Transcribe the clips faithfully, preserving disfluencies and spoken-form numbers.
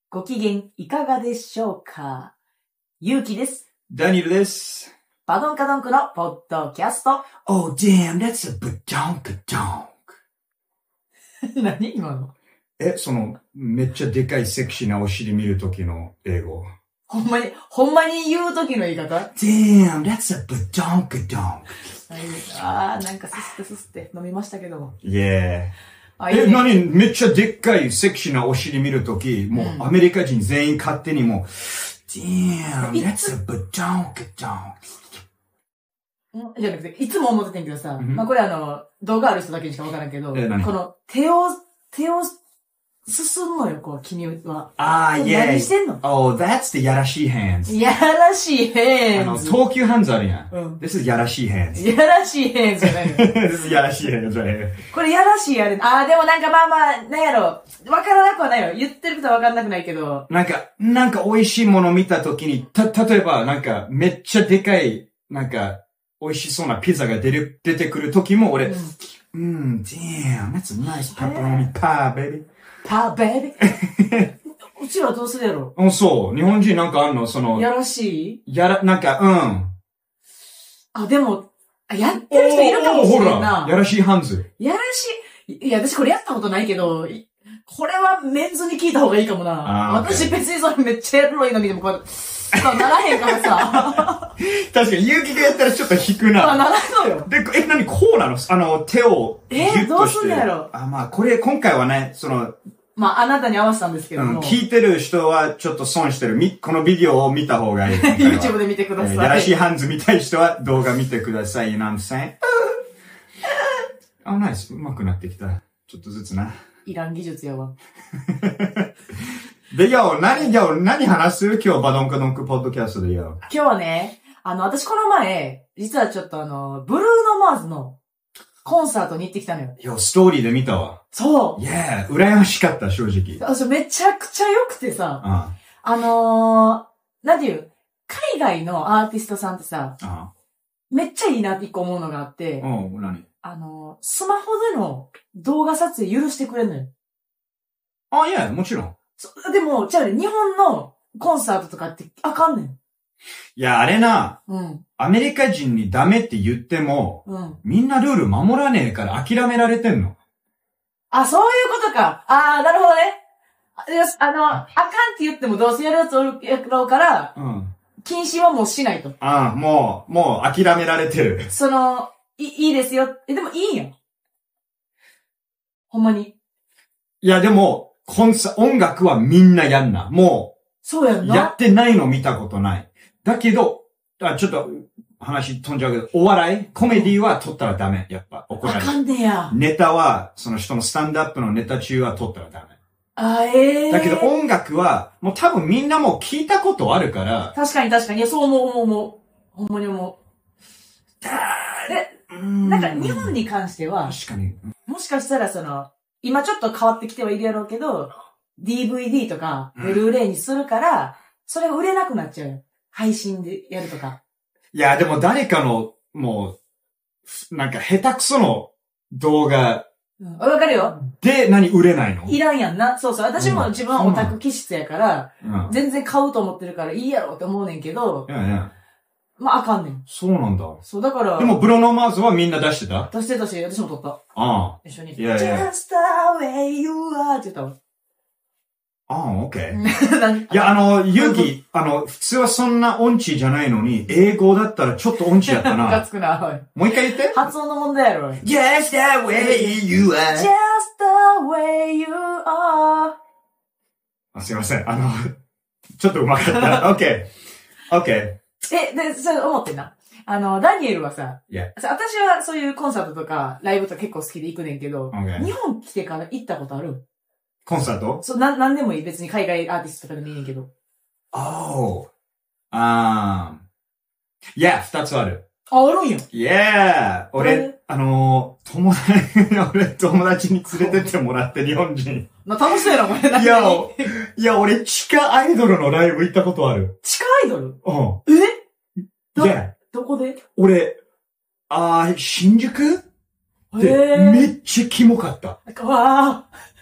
ご機嫌いかがでしょうか？ゆうきです。 ダニエルです。 バドンカドンクのポッドキャスト。 Oh damn, that's a badonkadonk. 何今の？ え、その、めっちゃでかいセクシーなお尻見るときの英語。 ほんまに、ほんまに言うときの言い方？ Damn, that's a badonkadonk. あー、なんかすすってすすって飲みましたけども。 Yeah. あ、いいね、 え、なに、めっちゃでっかいセクシーなお尻見るとき、もうアメリカ人全員勝手にもう、Damn, that's a badonkadonk. じゃなくて、いつも思ってたんけどさ、 うん、 まあ、これあの、動画ある人だけにしかわからんけど、 え、何？ この手を、手を進むのよ、こう、君は。 あー、いや。 何してんの？ Oh, that's the やらしい hands. やらしい hands. あの、投球ハンズあるやん。 うん。 This is やらしい hands. やらしい hands じゃないの。 This is やらしい hands right here. これやらしいやれ。あー、でもなんかまあまあ、なんやろ。わからなくはないよ。言ってることはわからなくないけど。 なんか、なんか美味しいもの見たときに、た、例えばなんか、めっちゃでかい、なんか、美味しそうなピザが出る、出てくるときも俺、うん、うん、damn, that's a nice pepperoni pie, baby. pie, baby? うちらどうするやろ？ うん、そう。日本人なんかあんの、その、 やらしい？ やら、なんか、うん。 あ、でも、あ、やってる人いるかもしれんな。 ほら、やらしいハンズ。 やらしい。いや、私これやったことないけど、これはメンズに聞いた方がいいかもな。私別にそれめっちゃやるのいいのに、でもこれ、そうならへんからさ。 確かに、勇気がやったらちょっと引くな。 あ、ならんのよ。 で、え、なに、こうなの？あの、手をギュッとして。 えー、どうすんのやろ？ あ、まあ、これ、今回はね、その、 まあ、あなたに合わせたんですけども。 うん、聞いてる人はちょっと損してる。み、このビデオを見た方がいい。 YouTube で見てください。 えー、やらしいハンズ見たい人は動画見てください。You know what I'm saying? あ、ナイス。上手くなってきた。ちょっとずつな。 いらん技術やわ。 で、よ、何、よ、何話す？今日バドンカドンクポッドキャストでよ。 今日はね、あの、私この前、実はちょっとあの、ブルーノマーズのコンサートに行ってきたのよ。 よ、ストーリーで見たわ。 そう。 Yeah、羨ましかった、正直。 私めちゃくちゃ良くてさ、 ああのー、なんていう、海外のアーティストさんってさ、 あめっちゃいいなって一個思うのがあって、 おう、何？ あのー、スマホでの動画撮影許してくれんのよ。 あ、いや、もちろん。 そでも、じゃあね、日本のコンサートとかってあかんねん。 いや、あれな、 うん。 アメリカ人にダメって言っても、 うん。 みんなルール守らねえから諦められてんの。 あ、そういうことか。あー、なるほどね。あ、よしあの、あかんって言ってもどうせやるやつおるやろうから、 うん。 禁止はもうしないと。 ああ、もう、もう諦められてる。 その、い、いいですよ。え、でもいいんや。ほんまに。 いや、でも、コンサ、音楽はみんなやんな。もう、 そうやんな。 やってないの見たことない。だけど、あ、ちょっと、話飛んじゃうけど、お笑いコメディは撮ったらダメ。やっぱ、怒られる。 あかんねや。 ネタは、その人のスタンドアップのネタ中は撮ったらダメ。 あ、ええー。 だけど音楽は、もう多分みんなもう聞いたことあるから。 確かに確かに。いや、そう思う思う思う。ほんまに思う。で、なんか日本に関しては、 確かに。 もしかしたらその、今ちょっと変わってきてはいるやろうけど、ディーブイディー とか、ブルーレイにするから、それが売れなくなっちゃうよ。配信でやるとか。 いや、でも誰かの、もう、なんか下手くその動画、 うん、わかるよ。 で、何売れないの？ いらんやんな。そうそう。私も自分はオタク気質やから、 うん、 全然買うと思ってるからいいやろって思うねんけど、 いやいや。 まああかんねん。 そうなんだ。 そう、だから。 でも、ブロノマーズはみんな出してた？ 出してたし、私も撮った。 ああ。 一緒に。 いやいや。 Just the way you are って言ったわ。 ああ、オッケー。いや、あの、ゆうき、あの、普通はそんな音痴じゃないのに、英語だったらちょっと音痴やったな。 ムカつくな、おい。 もう一回言って。 発音の問題やろ。 Just the way you are. Just the way you are. あ、すいません。あの、ちょっと上手かった。オッケー。オッケー。 え、で、それ思ってんな。あの、ダニエルはさ、 yeah. 私はそういうコンサートとか、ライブとか結構好きで行くねんけど、 okay. 日本来てから行ったことある？ コンサート？ そう、な、なんでもいい。別に海外アーティストとかでもいいねんけど。 Oh. あー。いや、二つある。 あ、あるんや。 いやー。俺、あのー、友達、俺友達に連れてってもらって日本人。 な、楽しそうやな、これ。 いや、いや、俺地下アイドルのライブ行ったことある。 地下アイドル？ うん。 え？ いや。 どこで？ 俺、あー、新宿で、めっちゃキモかった。 わー。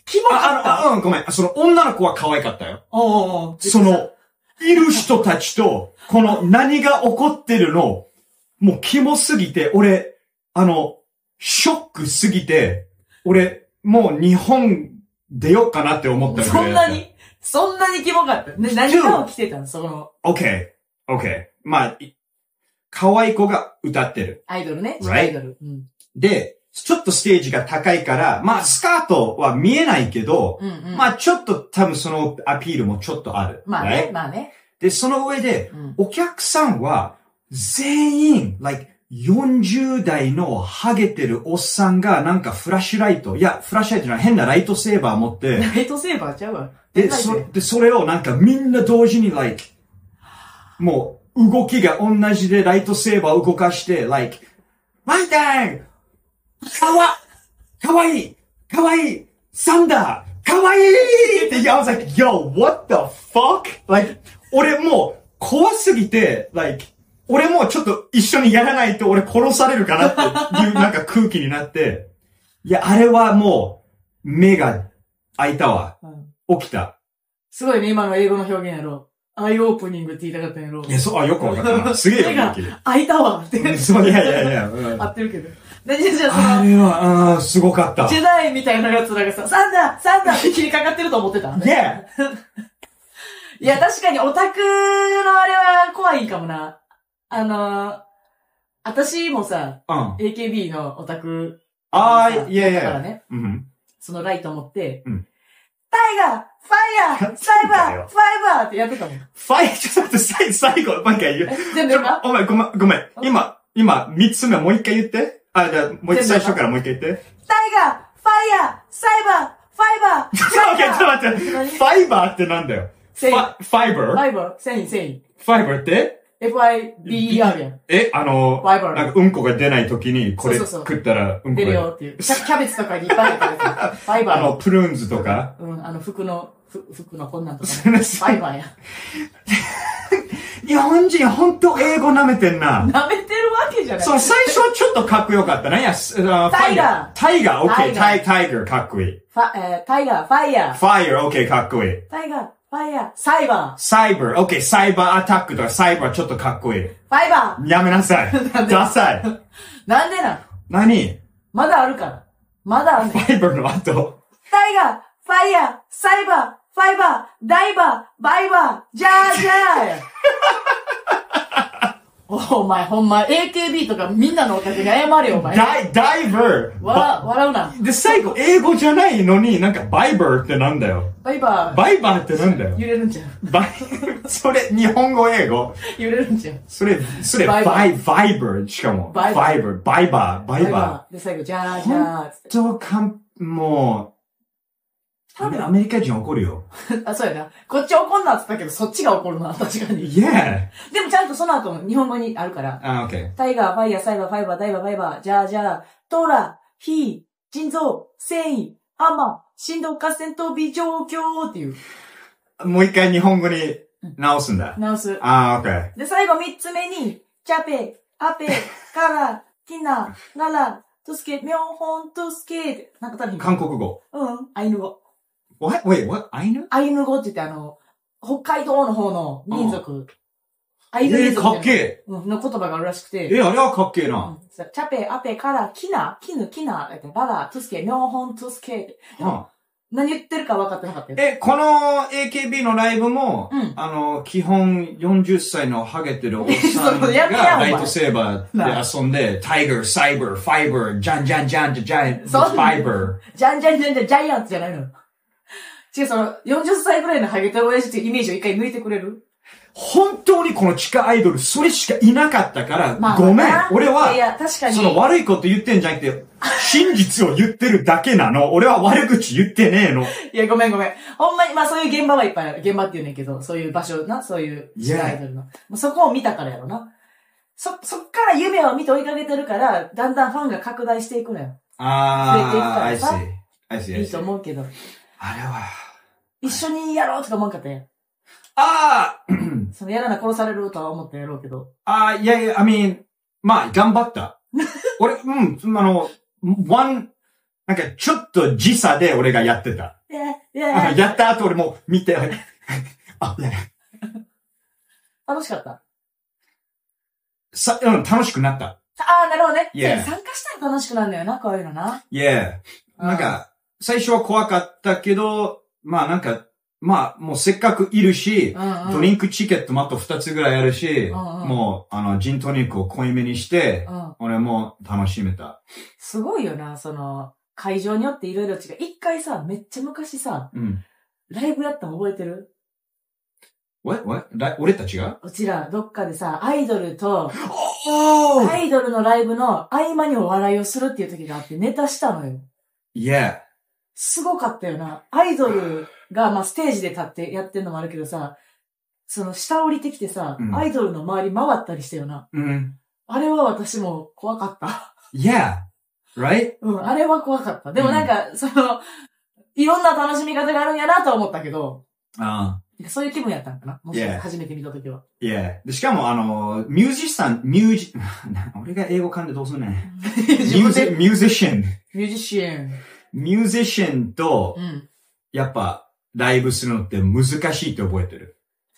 キモかった。 あ、あ、うん、ごめん。その女の子は可愛かったよ。 おーその、いる人たちと、この何が起こってるの、もうキモすぎて、俺、あの、ショックすぎて、俺、もう日本出ようかなって思ったそんなにそんなにキモかった。ね、何かを着てたのその。 OK, OK. まあ、可愛い子が歌ってる。 アイドルね。 Right? アイドル、うん。 で、ちょっとステージが高いから、まあ、スカートは見えないけど、 うんうん、 まあ、ちょっと多分そのアピールもちょっとある。 まあね、 right? まあね。 で、その上で、 うん、 お客さんは、全員、like、よんじゅう代のハゲてるおっさんがなんかフラッシュライト、いや、フラッシュライトじゃない、変なライトセーバー持って、 ライトセーバーちゃうわ。 で、それ、で、それをなんかみんな同時に like、もう動きが同じでライトセーバーを動かして、like、ワンタンかわ、かわいいかわいいサンダーかわいいって、I was like, yo, what the fuck? Like, 俺もう怖すぎて、like、俺もちょっと一緒にやらないと俺殺されるかなっていうなんか空気になって、いや、あれはもう、目が開いたわ。うん、起きた。 すごいね、今の英語の表現やろ。アイオープニングって言いたかったんやろ。 いや、そう、あ、よくわかったな。すげえよ、 目が開いたわって。 そう、いやいやいや。うん、 合ってるけど。何じゃじゃその。 あれは、うん、すごかった。 ジェダイみたいなやつらがさ、サンダーサンダーって切りかかってると思ってた。 ねいや、確かにオタクのあれは怖いかもな。あのー、私もさ、うん、エーケービー のオタク。 ああ、いやいや。 だからね、うん。そのライト持って、うん、タイガーファイヤーサイバーファイバーってやってたもん。 ファイヤーちょっと待って、最後、もう一回言う。 全部今お前、ごめん、ごめん。今、今、三つ目もう一回言って。あ、じゃあ、もう一回最初からもう一回言って。 タイガーファイヤーサイバーファイバーちょっと待って、ファイバーってなんだよ。 ファイバーファイバー繊維、繊維。 ファイバーってエフアイビーイーアール やん。 え、あの、 ファイバー。 なんかうんこが出ない時に、これ食ったらうんこが出るよっていう。キャベツとかにいっぱい入ってる。ファイバー。 あの、プルーンズとかうん、あの、服の、服のこんなんとか。ファイバーや。 日本人ほんと英語舐めてんな。 舐めてるわけじゃない。 そう、最初はちょっとかっこよかったね。いや、 タイガー。 タイガー、オッケー、タイ、タイガー、かっこいい。 ファ、えー、タイガー、ファイヤー。 ファイヤー、オッケー、かっこいい。 タイガー、ファイヤー、サイバー。 サイバー、オッケー、サイバーアタックとかサイバーちょっとかっこいい。 ファイバー。 やめなさい。ダサい。 なんでなん何まだあるから。まだあるね。 ファイバーの後。 タイガー、ファイヤー、サイバー、ファイバー、ダイバー、バイバー、ジャージャーお前ほんま エーケービー とかみんなのお宅に謝れよお前。 ダイ、ダイバー。 笑、笑うな。 で、最後英語じゃないのになんかバイバーってなんだよ。 バイバー。 バイバーってなんだよ。 揺れるんじゃん。 バイ、それ日本語英語。 揺れるんじゃん。 それ、それバイ、バイバーしかも。バイバー。バイバー。バイバー。で、最後、ジャージャーって。 ほんとかん、もう、多分アメリカ人怒るよ。 あ、そうやな。こっち怒んなって言ったけど、そっちが怒るな、確かに。 Yeah! でもちゃんとその後も日本語にあるから。 あ、オッケー。 タイガー、ファイヤー、サイバー、ファイバー、ダイバー、バイバー、ジャージャー、トーラ、ヒー、腎臓、繊維、ハンマー、振動合戦闘微状況っていう。 もう一回日本語に直すんだ。 直す。 あ、オッケー。 で、最後三つ目に、チャペ、アペ、カラ、キナ、ナラ、トスケ、ミョンホン、トスケって。なんか多分韓国語。 うん、アイヌ語。 What? Wait, what? アイヌアイヌ語って言ってあの、北海道の方の民族。アイヌ民族。えー、かっけえ。 うん、の言葉があるらしくて。 えー、あれはかっけえな。 うん、チャペ、アペ、カラ、キナ、キヌ、キナ、ララ、トゥスケ、ミョンホン、トゥスケ。何言ってるか分かってなかったよ。 え、この エーケービー のライブも、うん、あの、基本よんじゅっさいのハゲてるおっさんがライトセーバーで遊んで、タイガー、サイバー、ファイバー、ジャンジャンジャンジャン、ファイバー。 ジャンジャンジャンジャン、ジャイアンツじゃないの。違う、その、よんじゅっさいぐらいのハゲてる親父ってイメージを一回抜いてくれる？ 本当にこの地下アイドル、それしかいなかったから、まあ、ごめん。俺は、 いや、確かに。 その悪いこと言ってんじゃなくて、真実を言ってるだけなの。俺は悪口言ってねえの。 いや、ごめんごめん。ほんまに、まあそういう現場はいっぱいある。現場って言うねんけど、そういう場所な、そういう地下アイドルの。Yeah. そこを見たからやろな。そ、そっから夢を見て追いかけてるから、だんだんファンが拡大していくのよ。 ああ。 増えていくからさ。 I see. I see. いいと思うけど。 あれは。 一緒にやろうとか思わんかったやん。 ああそのやらな殺されるとは思ったやろうけど。 ああ、いやいや、I mean、まあ、頑張った。俺、うん、あの、one, なんかちょっと時差で俺がやってた。 いや、いや、 やった後俺も見て、あ、いや楽しかった。 さ、うん、楽しくなった。 ああ、なるほどね。 Yeah. 参加したら楽しくなるんだよな、こういうのな。 Yeah. なんか、最初は怖かったけど、まあなんか、まあもうせっかくいるし、 うんうん、 ドリンクチケットもあと二つぐらいあるし、 うんうん、 もう、あの、ジントニックを濃いめにして、うん、俺も楽しめた。 すごいよな、その、会場によっていろいろ違う。一回さ、めっちゃ昔さ、うん、ライブやったの覚えてる？ What? What? 俺たちが？ うちら、どっかでさ、アイドルと、アイドルのライブの合間にお笑いをするっていう時があってネタしたのよ。 Yeah. すごかったよな。アイドルが、まあ、ステージで立ってやってんのもあるけどさ、その下降りてきてさ、うん、アイドルの周り回ったりしたよな。うん。あれは私も怖かった。 Yeah. Right? うん、あれは怖かった。でもなんか、うん、その、いろんな楽しみ方があるんやなと思ったけど。ああ。そういう気分やったんかなもし初めて見たときは。 いや。で、しかもあの、ミュージシャン、ミュージ、俺が英語噛んでどうするね。ミュージ、ミュージシャン。 ミュージシャン。 ミュージシャンと、うん、やっぱ、ライブするのって難しいって覚えてる。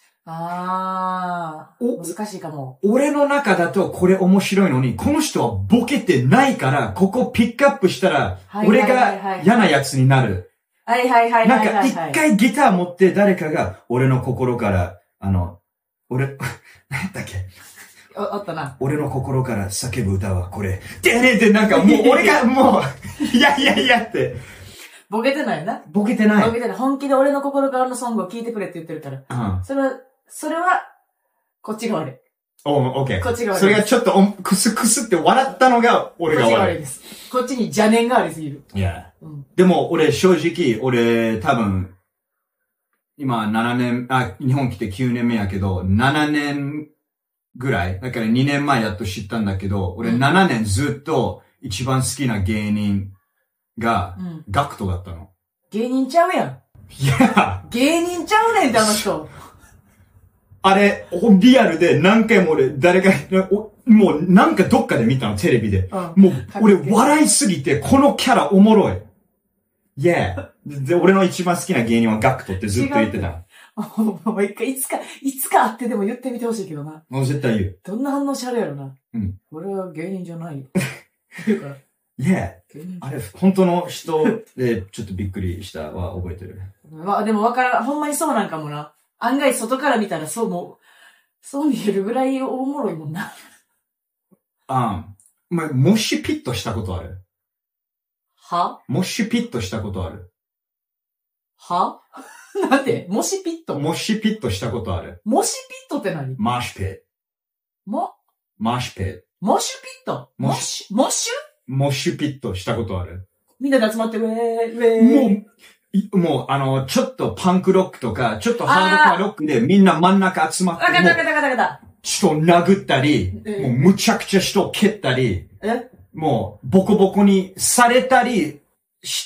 あー、難しいかも。 俺の中だとこれ面白いのに、この人はボケてないから、ここピックアップしたら、俺が嫌なやつになる。 はいはいはいはいはい、はい。 なんか一回ギター持って誰かが、俺の心から、あの、俺、何だっけあ、あったな。 俺の心から叫ぶ歌はこれ。でねってなんかもう俺がもう、いやいやいやって。 ボケてないな。 ボケてない。 ボケてない。本気で俺の心からのソングを聴いてくれって言ってるから。うん。それは、それは、こっちが悪い。 おう、オッケー。 こっちが悪い。 それがちょっとおクスクスって笑ったのが俺が悪い。こっちが悪いです。 こっちに邪念がありすぎる。 いや。うん、でも俺正直、俺多分、今ななねん、あ、日本来てきゅうねんめやけど、ななねんぐらい、だからにねんまえやっと知ったんだけど、俺ななねんずっと一番好きな芸人が、ガクトだったの。 芸人ちゃうやん。 いや。 芸人ちゃうねんってあの人。 あれ、リアルで何回も俺、誰か、もうなんかどっかで見たの、テレビで。うん、もう、俺笑いすぎて、このキャラおもろい。Yeah. で、俺の一番好きな芸人はガクトってずっと言ってた。 もう一回、いつか、いつか会ってでも言ってみてほしいけどな。 もう絶対言う。 どんな反応しはるやろな。うん。俺は芸人じゃないよ。言うから。 Yeah. あれ、本当の人でちょっとびっくりしたは覚えてる。 まあでもわからん、ほんまにそうなんかもな。案外外から見たらそうも、そう見えるぐらいおもろいもんな。 ああ。お前、モッシュピットしたことある？ は？ モッシュピットしたことある？ は？なんで？モシピット？ モッシュピットしたことある？ モシピットって何？ マッシュピット。 も？ マッシュピット。 モッシュピット？モッシュ？モッシュ？ モッシュピットしたことある？ みんなで集まって、ウェー、ウェー。 もう、もう、あの、ちょっとパンクロックとか、ちょっとハードコアロックでみんな真ん中集まって、 わかったわかったわかった。 人を殴ったり、もうむちゃくちゃ人を蹴ったり、 えもうボコボコにされたりして、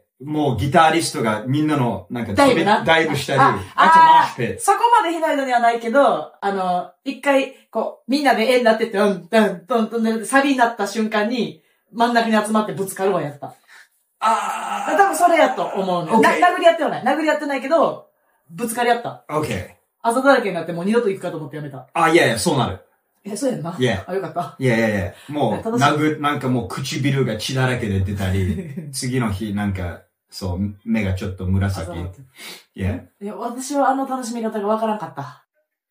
もうギタリストがみんなのなんかダイブなダイブしたり、 ああそこまでひどいのにはないけど、あの、一回、こう、みんなで円になってて、うん、うん、うん、うん、サビになった瞬間に、真ん中に集まってぶつかるわやった。 ああ。 多分それやと思うの。な、殴り合ってはない。殴り合ってないけど、ぶつかり合った。 オッケー。 あざだらけになってもう二度と行くかと思ってやめた。 あ、いやいや、そうなる。 え、そうやんな。 いや。 あ、よかった。 いやいやいや、もう、殴、なんかもう唇が血だらけで出たり、次の日なんか、そう、目がちょっと紫。いや。 いや、私はあの楽しみ方がわからんかった。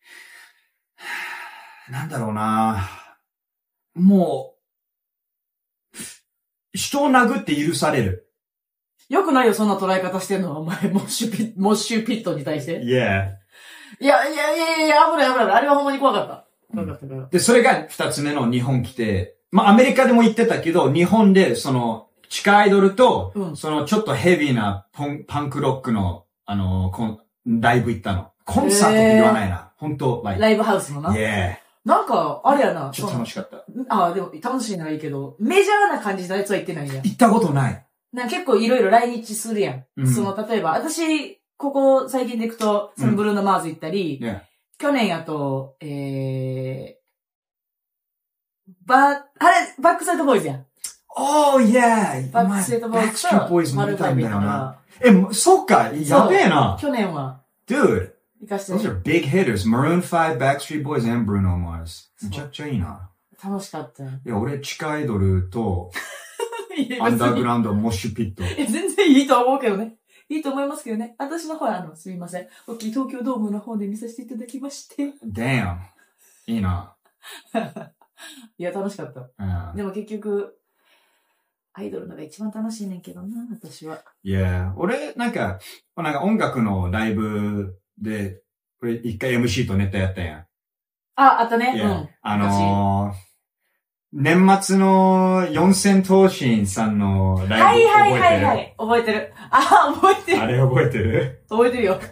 なんだろうなもう、人を殴って許される。 よくないよ、そんな捉え方してんのは、お前、モッシュピット、モッシュピットに対して。 いや。 いや、いや、いや、いや、危ない危ない。あれはほんまに怖かった。怖かったから。 で、それが二つ目の日本来て、まあ、アメリカでも言ってたけど、日本で、その、地下アイドルと、うん、その、ちょっとヘビーなポン、パンクロックの、あの、コン、ライブ行ったの。コンサートって言わないな。本当ライブハウスのな。 いや。 なんか、あれやな。 ちょっと楽しかった。 ああ、でも、楽しいのはいいけど、メジャーな感じのやつは行ってないんや。 行ったことない。 なんか結構いろいろ来日するやん。うん、その、例えば、私、ここ最近で行くと、そのブルーノ・マーズ行ったり、うん yeah. 去年やと、えー、バ、あれ、バックサイドボーイズやん。 Oh, yeah! バックストリートボーイズと Backstreet Boys マルーンファイブ見たんだよ行ったかな。え、そっか、やべえな。 ら。去年は Dude, 行かして those are big hitters. Maroon ファイブ, Backstreet Boys, and Bruno Mars. そうめちゃくちゃいいな。 楽しかったよ。 いや、俺、地下アイドルと、 いやアンダーグ別にラウンド、モッシュピット。 いや全然いいと思うけどね。いいと思いますけどね。私の方は、あの、すみません。大きい東京ドームの方で見させていただきまして。 Damn. いいな。 いや、楽しかった。 うん。 でも結局、アイドルのが一番楽しいねんけどな、私は。 いや、俺、なんか、なんか音楽のライブで、俺一回 エムシー とネタやったやん。 あ、あったね。 いやうん。 あのー、年末の四千頭身さんのライブ覚えてる？ はいはいはいはい。覚えてる。あ、覚えてる。 あれ覚えてる？ 覚えてるよ。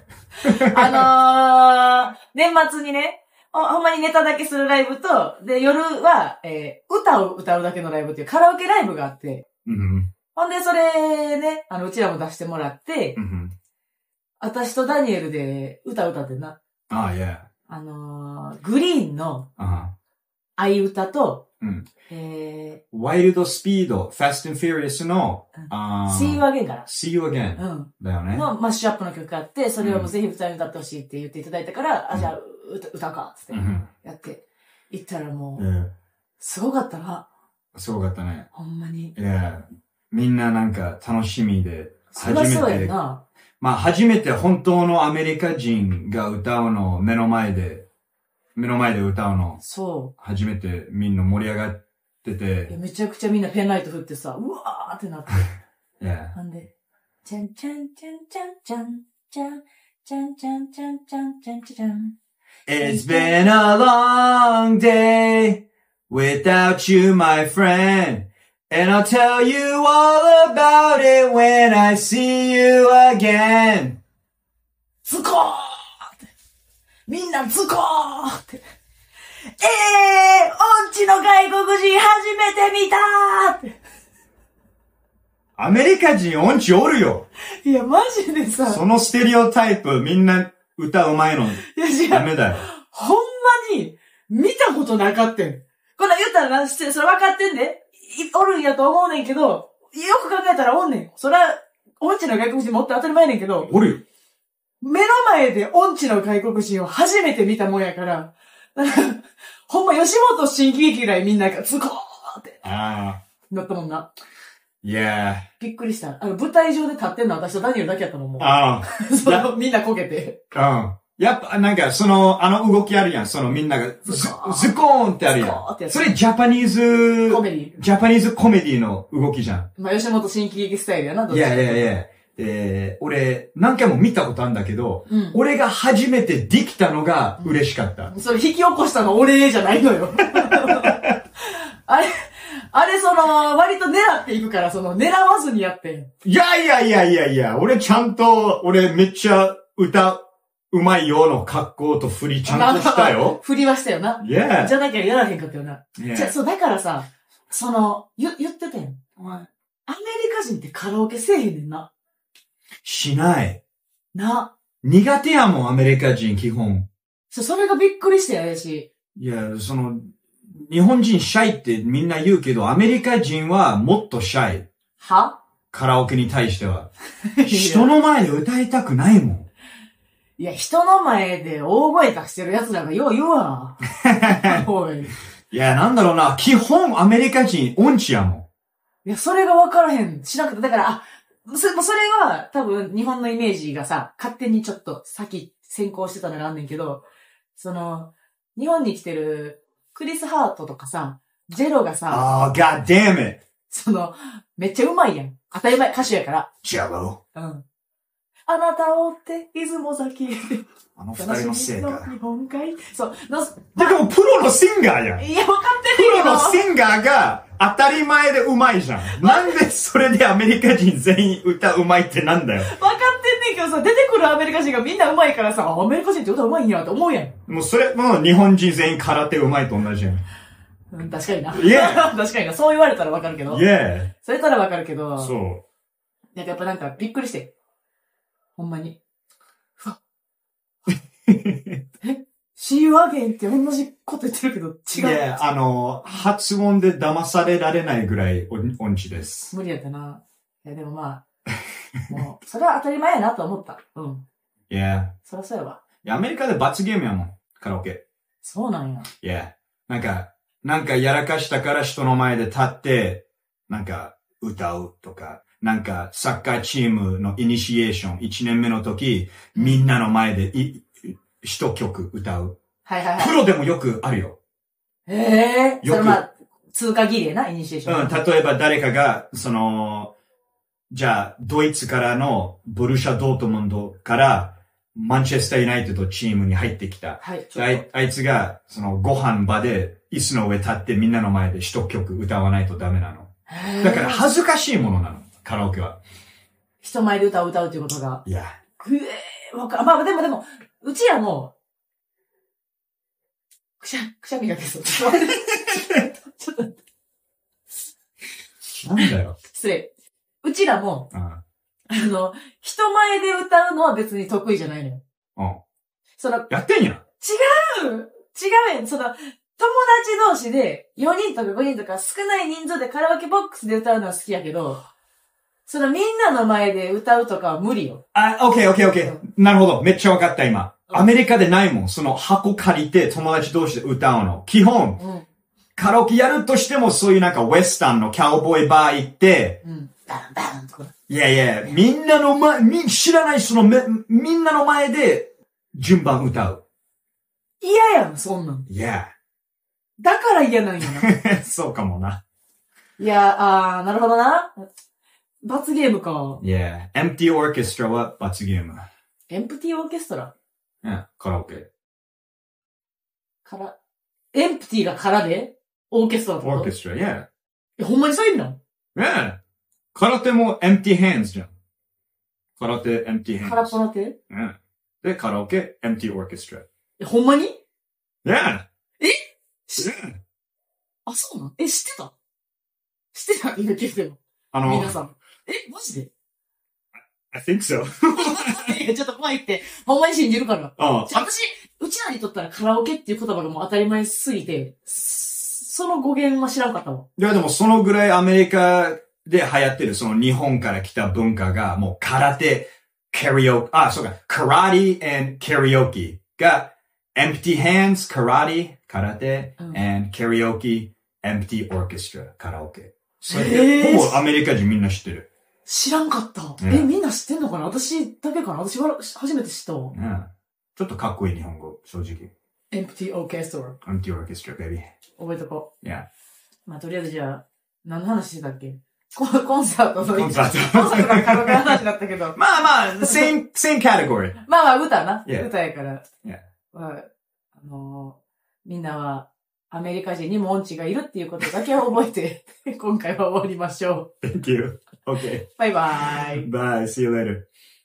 あのー、年末にね、ほほんまにネタだけするライブと、で、夜は、えー、歌を歌うだけのライブっていうカラオケライブがあって、 うん。 ほんで、それね、あの、うちらも出してもらって、 うん。 私とダニエルで歌歌ってんな。 ああ、いや。 あのー、グリーンのあ愛歌と、 うん。 えワイルドスピード、Fast and Furious の、あー、See You Again から。 See You Again。 うん。 だよね。 のマッシュアップの曲があって、それをもうぜひ二人に歌ってほしいって言っていただいたから、 うん、 あ、じゃあ、歌、歌うか、つってう、ん。 やって、行ったらもう、 うん。 すごかったな。 すごかったね。 ほんまに。 いや、みんななんか楽しみで、 そりゃそうやんな。 まあ初めて本当のアメリカ人が歌うのを目の前で、目の前で歌うの。 そう。初めてみんな盛り上がってて。 いや、めちゃくちゃみんなペンライト振ってさ、うわーってなって。 いや。 なんで、ちゃんちゃんちゃんちゃんちゃんちゃんちゃんちゃんちゃんちゃんちゃんちゃん。 It's been a long day without you, my friend. And I'll tell you all about it when I see you again. ズコーって。みんなズコーって。ええー、音痴の外国人初めて見たーって。 アメリカ人音痴おるよ。 いや、マジでさ。 そのステレオタイプみんな歌うまいの。いや、違う。ダメだよ。 ほんまに見たことなかったん。これ言ったらな、それ分かってんで。おるんやと思うねんけど、よく考えたらおんねん。そら、音痴の外国人もっと当たり前ねんけど。 おるよ。 目の前で音痴の外国人を初めて見たもんやから、ほんま吉本新喜劇以来みんながズコーって。 ああ。 なったもんな。 いやー。びっくりした。あの、舞台上で立ってんの私とダニエルだけやったもん、もう。 ああ。その、みんなこけて。 うん。やっぱ、なんか、その、あの動きあるやん。そのみんなが、ズ、ズコーンってあるやん。それジャパニーズ、 コメディ。 ジャパニーズコメディの動きじゃん。 まあ、吉本新喜劇スタイルやな、 どっちか。いやいやいや。えー、俺、何回も見たことあるんだけど、うん、俺が初めてできたのが嬉しかった。 うん、それ引き起こしたの俺じゃないのよ。あれ、あれその、割と狙っていくから、その、狙わずにやってん。 いやいやいやいやいや、俺ちゃんと、俺めっちゃ歌、うまいよの格好と振りちゃんとしたよ。 振りはしたよな。 Yeah. じゃなきゃやらへんかったよな。 Yeah. じゃ、そう、だからさ、その、言、言ってたやん。お前、アメリカ人ってカラオケせえへんねんな。 しない。 な。 苦手やもん、アメリカ人、基本。 そ、それがびっくりしてやし。 いや、その、日本人シャイってみんな言うけど、アメリカ人はもっとシャイ。 は？ カラオケに対しては。人の前で歌いたくないもん。 いや、人の前で大声出してる奴らがよう言うわ。おい。 いや、なんだろうな。基本アメリカ人音痴やもん。 いや、それが分からへん。しなくて。だから、あ、それ、それは多分日本のイメージがさ、勝手にちょっと先先行してたのがあんねんけど、その、日本に来てるクリス・ハートとかさ、ジェロがさ、 Oh, god damn it! その、めっちゃうまいやん。当たり前、歌手やから。 ジェロ。 うん。あなたを追って、出雲崎へ。 あの二人のせいか。 日本海。そう、の、 でもプロのシンガーやん。 いや、分かってるけど。プロのシンガーが当たり前でうまいじゃん。なんでそれでアメリカ人全員歌うまいってなんだよ。 分かってんねんけどさ、出てくるアメリカ人がみんなうまいからさ、アメリカ人って歌うまいんやって思うやん。 もうそれ、もう日本人全員空手うまいと同じやん。 うん、確かにな。 いや確かにな。そう言われたら分かるけど。 いやそれたら分かるけど。 そう。 なんかやっぱなんかびっくりして。ほんまに。ふわっ。え ?See you you again って同じこと言ってるけど、違う。 いや、あの、発音で騙されられないぐらい音音痴です。 無理やったな。いや、でもまあ、もう、それは当たり前やなと思った。うん。 いや。 そりゃそうやわ。 いや、アメリカで罰ゲームやもん。カラオケ。 そうなんや。 いや。なんか、なんかやらかしたから人の前で立って、なんか歌うとか、なんかサッカーチームのイニシエーションいちねんめの時、みんなの前でい一曲歌う。 はいはいはい。 プロでもよくあるよ。 へえ。 よく。 それまあ、通過儀礼な、イニシエーション。 うん、例えば誰かが、その、じゃあ、ドイツからのブルシャ・ドートムンドから、マンチェスター・ユナイテッドチームに入ってきた。 はい。 あい、あいつが、その、ご飯場で、椅子の上立ってみんなの前で一曲歌わないとダメなの。だから恥ずかしいものなの、カラオケは。 人前で歌を歌うということが。 いや。 ぐえー、わか、まあでもでも、うちらも、くしゃ、くしゃみが出そう。ちょっと。 なんだよ。 失礼。うちらも、 うん、あの、人前で歌うのは別に得意じゃないのよ。 うん。 その、 やってんやん。 違う違うやん。その、友達同士でよにんとかごにんとか少ない人数でカラオケボックスで歌うのは好きやけど、そのみんなの前で歌うとかは無理よ。 あ、オッケーオッケーオッケー。なるほど。めっちゃわかった今。アメリカでないもん。その箱借りて友達同士で歌うの。基本、うん、カラオケやるとしてもそういうなんかウエスタンのキャウボーイバー行って、うん、バンバンとか。いやいや、みんなの前、み、知らないそのめ、みんなの前で順番歌う。 嫌やん、そんなん。 いや。 だから嫌なんやな。 そうかもな。 いや、あー、なるほどな。罰ゲームか。 いや、エンプティーオーケストラは罰ゲーム。 エンプティーオーケストラ？ うん、カラオケ。 から、エンプティーが空でオーケストラってこと？ オーケストラ、いや。 え、ほんまにそういう意味なの？ いや。空手もエンプティーハンズじゃん。空手エンプティーハンズ。 空っぽな手？ うん。で、カラオケエンプティーオーケストラ。 え、ほんまに？ いや。 え？し、あ、そうなん？え、知ってた？知ってた？今聞いても。あの、皆さん。え、マジで？ I think so. いや、ちょっと怖いって、ほんまに信じるから。 ああ。 私、うちらにとったらカラオケっていう言葉がもう当たり前すぎて、その語源は知らんかったわ。 いや、でもそのぐらいアメリカで流行ってるその日本から来た文化がもう空手、カラオケ、あ、そうか、karate and karaoke が empty hands, karate, 空手、うん、and karaoke, empty orchestra, カラオケ。それで、ほぼアメリカ人みんな知ってる。 知らんかった。え、みんな知ってんのかな？私だけかな？私は初めて知ったわ。 うん。ちょっとかっこいい日本語、正直。 empty orchestra. empty orchestra, baby. 覚えとこう。Yeah. まあ、とりあえずじゃあ、何の話してたっけ？コン、コンサートの。 コンサート。 コンサートのカラオケの話だったけど。 まあまあ、same, same category. まあまあ、歌な。 Yeah. 歌やから。 Yeah. まあ、あのー、みんなは、アメリカ人にも音痴がいるっていうことだけを覚えて、今回は終わりましょう。 Thank you. Okay. バイバイ。 Bye. See you later.